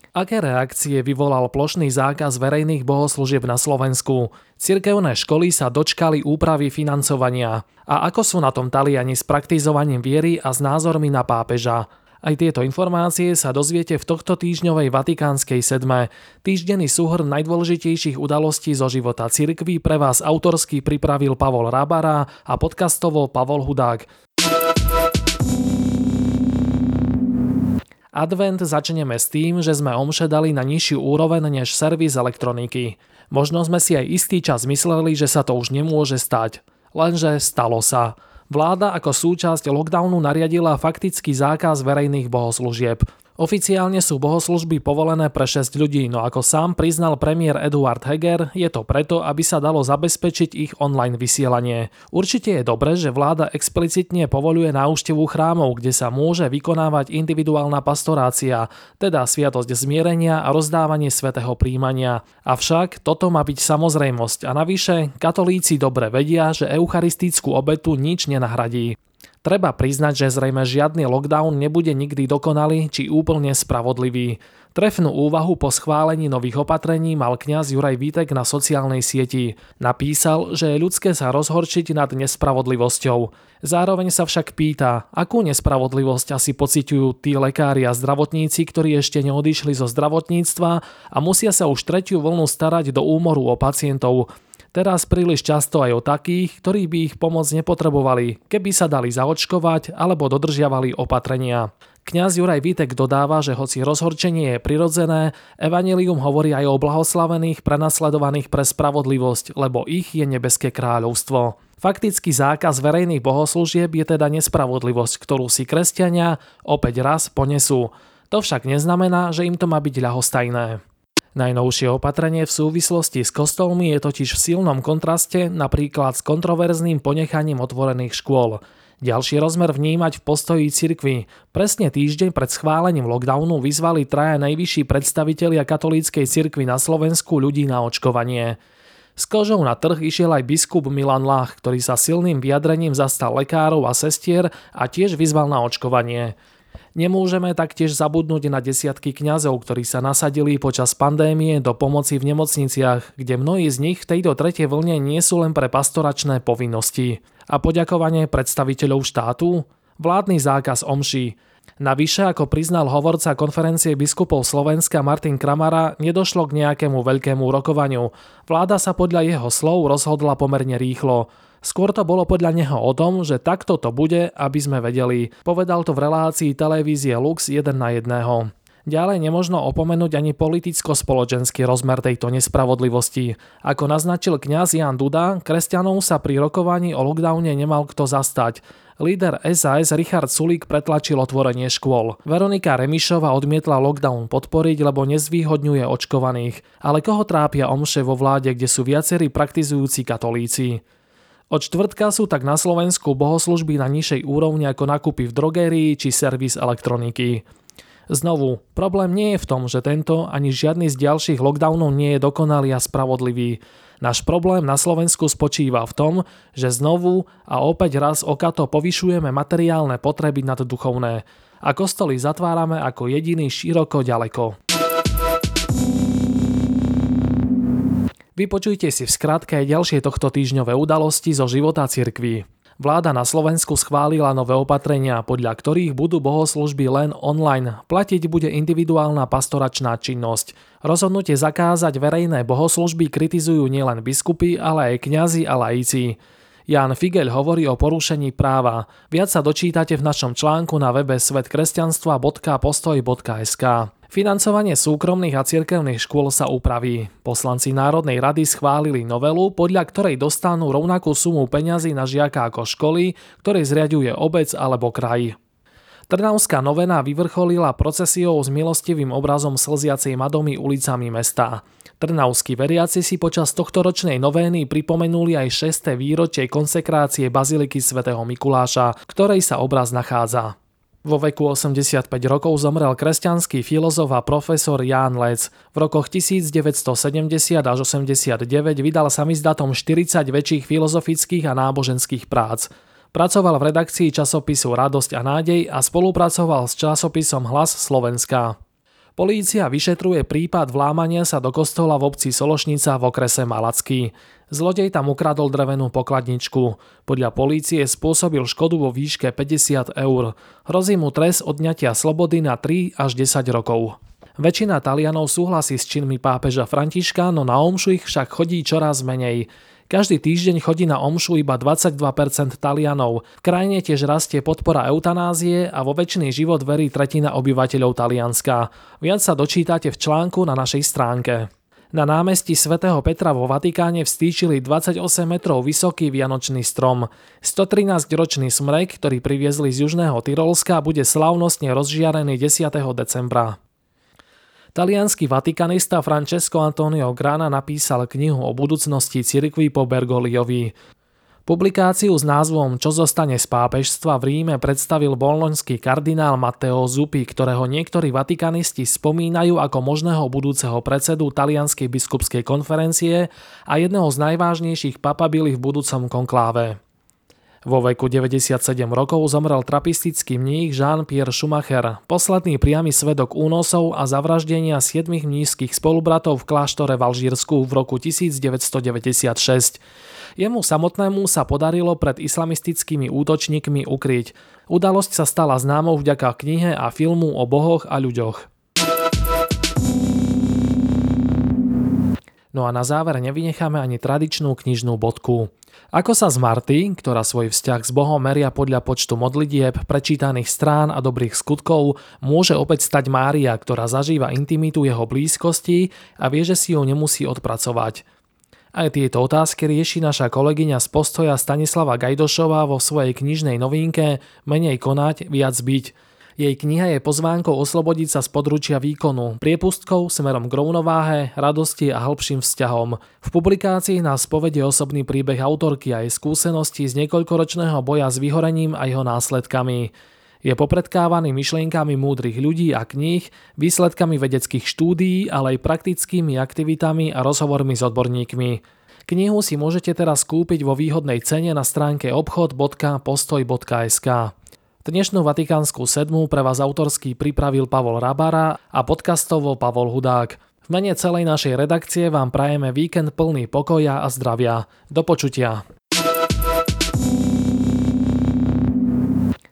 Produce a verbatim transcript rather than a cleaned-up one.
Aké reakcie vyvolal plošný zákaz verejných bohoslúžieb na Slovensku? Cirkevné školy sa dočkali úpravy financovania. A ako sú na tom Taliani s praktizovaním viery a s názormi na pápeža? Aj tieto informácie sa dozviete v tohto týždňovej Vatikánskej sedme. Týždenný súhrn najdôležitejších udalostí zo života cirkvi pre vás autorsky pripravil Pavol Rábara a podcastovo Pavol Hudák. Advent začneme s tým, že sme omše dali na nižšiu úroveň než servis elektroniky. Možno sme si aj istý čas mysleli, že sa to už nemôže stať. Lenže stalo sa. Vláda ako súčasť lockdownu nariadila faktický zákaz verejných bohoslúžieb. Oficiálne sú bohoslužby povolené pre šesť ľudí, no ako sám priznal premiér Eduard Heger, je to preto, aby sa dalo zabezpečiť ich online vysielanie. Určite je dobre, že vláda explicitne povoľuje návštevu chrámov, kde sa môže vykonávať individuálna pastorácia, teda sviatosť zmierenia a rozdávanie svätého príjmania. Avšak toto má byť samozrejmosť a navyše katolíci dobre vedia, že eucharistickú obetu nič nenahradí. Treba priznať, že zrejme žiadny lockdown nebude nikdy dokonalý či úplne spravodlivý. Trefnú úvahu po schválení nových opatrení mal kňaz Juraj Vítek na sociálnej sieti. Napísal, že je ľudské sa rozhorčiť nad nespravodlivosťou. Zároveň sa však pýta, akú nespravodlivosť asi pociťujú tí lekári a zdravotníci, ktorí ešte neodišli zo zdravotníctva a musia sa už tretiu vlnu starať do úmoru o pacientov. Teraz príliš často aj o takých, ktorí by ich pomoc nepotrebovali, keby sa dali zaočkovať alebo dodržiavali opatrenia. Kňaz Juraj Vítek dodáva, že hoci rozhorčenie je prirodzené, evanjelium hovorí aj o blahoslavených prenasledovaných pre spravodlivosť, lebo ich je nebeské kráľovstvo. Faktický zákaz verejných bohoslúžieb je teda nespravodlivosť, ktorú si kresťania opäť raz ponesú. To však neznamená, že im to má byť ľahostajné. Najnovšie opatrenie v súvislosti s kostolmi je totiž v silnom kontraste napríklad s kontroverzným ponechaním otvorených škôl. Ďalší rozmer vnímať v postoji cirkvi. Presne týždeň pred schválením lockdownu vyzvali traja najvyšší predstavitelia katolíckej cirkvi na Slovensku ľudí na očkovanie. S kožou na trh išiel aj biskup Milan Lach, ktorý sa silným vyjadrením zastal lekárov a sestier a tiež vyzval na očkovanie. Nemôžeme taktiež zabudnúť na desiatky kňazov, ktorí sa nasadili počas pandémie do pomoci v nemocniciach, kde mnohí z nich v tejto tretej vlne nie sú len pre pastoračné povinnosti. A poďakovanie predstaviteľov štátu? Vládny zákaz omší. Navyše, ako priznal hovorca konferencie biskupov Slovenska Martin Kramara, nedošlo k nejakému veľkému rokovaniu. Vláda sa podľa jeho slov rozhodla pomerne rýchlo. Skôr to bolo podľa neho o tom, že takto to bude, aby sme vedeli. Povedal to v relácii televízie Lux jeden na jedného. Ďalej nemožno opomenúť ani politicko-spoločenský rozmer tejto nespravodlivosti. Ako naznačil kňaz Ján Duda, kresťanov sa pri rokovaní o lockdowne nemal kto zastať. Líder es a es Richard Sulík pretlačil otvorenie škôl. Veronika Remišová odmietla lockdown podporiť, lebo nezvýhodňuje očkovaných. Ale koho trápia omše vo vláde, kde sú viacerí praktizujúci katolíci? Od štvrtka sú tak na Slovensku bohoslužby na nižšej úrovni ako nakupy v drogérii či servis elektroniky. Znovu, problém nie je v tom, že tento ani žiadny z ďalších lockdownov nie je dokonalý a spravodlivý. Náš problém na Slovensku spočíva v tom, že znovu a opäť raz okato povyšujeme materiálne potreby nad duchovné a kostoly zatvárame ako jediný široko ďaleko. Vypočujte si v skratke aj ďalšie tohto týždňové udalosti zo života cirkví. Vláda na Slovensku schválila nové opatrenia, podľa ktorých budú bohoslúžby len online. Platiť bude individuálna pastoračná činnosť. Rozhodnutie zakázať verejné bohoslúžby kritizujú nielen biskupy, ale aj kňazi a laici. Ján Figeľ hovorí o porušení práva. Viac sa dočítate v našom článku na webe svetkresťanstva bodka postoj bodka es ká. Financovanie súkromných a cirkevných škôl sa upraví. Poslanci Národnej rady schválili novelu, podľa ktorej dostanú rovnakú sumu peňazí na žiaka ako školy, ktoré zriaďuje obec alebo kraj. Trnavská novena vyvrcholila procesiou s milostivým obrazom slziacej Madomy ulicami mesta. Trnavskí veriaci si počas tohtoročnej novény pripomenuli aj šieste výročie konsekrácie baziliky svätého Mikuláša, ktorej sa obraz nachádza. Vo veku osemdesiatpäť rokov zomrel kresťanský filozof a profesor Ján Lec. V rokoch tisícdeväťstosedemdesiat až osemdesiatdeväť vydal samizdatom štyridsať väčších filozofických a náboženských prác. Pracoval v redakcii časopisu Radosť a nádej a spolupracoval s časopisom Hlas Slovenska. Polícia vyšetruje prípad vlámania sa do kostola v obci Sološnica v okrese Malacký. Zlodej tam ukradol drevenú pokladničku. Podľa polície spôsobil škodu vo výške päťdesiat eur. Hrozí mu trest odňatia slobody na tri až desať rokov. Väčšina Talianov súhlasí s činmi pápeža Františka, no na omšu ich však chodí čoraz menej. Každý týždeň chodí na omšu iba dvadsaťdva percent Talianov. V krajine tiež rastie podpora eutanázie a vo večný život verí tretina obyvateľov Talianska. Viac sa dočítate v článku na našej stránke. Na námestí svätého Petra vo Vatikáne vstýčili dvadsaťosem metrov vysoký vianočný strom. stotrinásťročný smrek, ktorý priviezli z južného Tyrolska, bude slávnostne rozžiarený desiateho decembra. Taliansky vatikanista Francesco Antonio Grana napísal knihu o budúcnosti cirkvi po Bergoliovi. Publikáciu s názvom Čo zostane z pápežstva v Ríme predstavil bolonský kardinál Matteo Zuppi, ktorého niektorí vatikanisti spomínajú ako možného budúceho predsedu Talianskej biskupskej konferencie a jedného z najvážnejších papabili v budúcom konkláve. Vo veku deväťdesiatsedem rokov zomrel trapistický mních Jean-Pierre Schumacher, posledný priamy svedok únosov a zavraždenia siedmich mníšskych spolubratov v kláštore v Alžírsku v roku tisícdeväťstodeväťdesiatšesť. Jemu samotnému sa podarilo pred islamistickými útočníkmi ukryť. Udalosť sa stala známou vďaka knihe a filmu o bohoch a ľuďoch. No a na záver nevynecháme ani tradičnú knižnú bodku. Ako sa z Marty, ktorá svoj vzťah s Bohom meria podľa počtu modlitieb, prečítaných strán a dobrých skutkov, môže opäť stať Mária, ktorá zažíva intimitu jeho blízkosti a vie, že si ju nemusí odpracovať. Aj tieto otázky rieši naša kolegyňa z Postoja Stanislava Gajdošová vo svojej knižnej novinke Menej konať, viac byť. Jej kniha je pozvánkou oslobodiť sa z područia výkonu, priepustkou smerom k rovnováhe, radosti a hĺbším vzťahom. V publikácii nás povedie osobný príbeh autorky a jej skúsenosti z niekoľkoročného boja s vyhorením a jeho následkami. Je popredkávaný myšlienkami múdrych ľudí a kníh, výsledkami vedeckých štúdií, ale aj praktickými aktivitami a rozhovormi s odborníkmi. Knihu si môžete teraz kúpiť vo výhodnej cene na stránke obchod bodka postoj bodka es ká. Dnešnú Vatikánsku sedmu pre vás autorsky pripravil Pavol Rabara a podcastovo Pavol Hudák. V mene celej našej redakcie vám prajeme víkend plný pokoja a zdravia. Do počutia.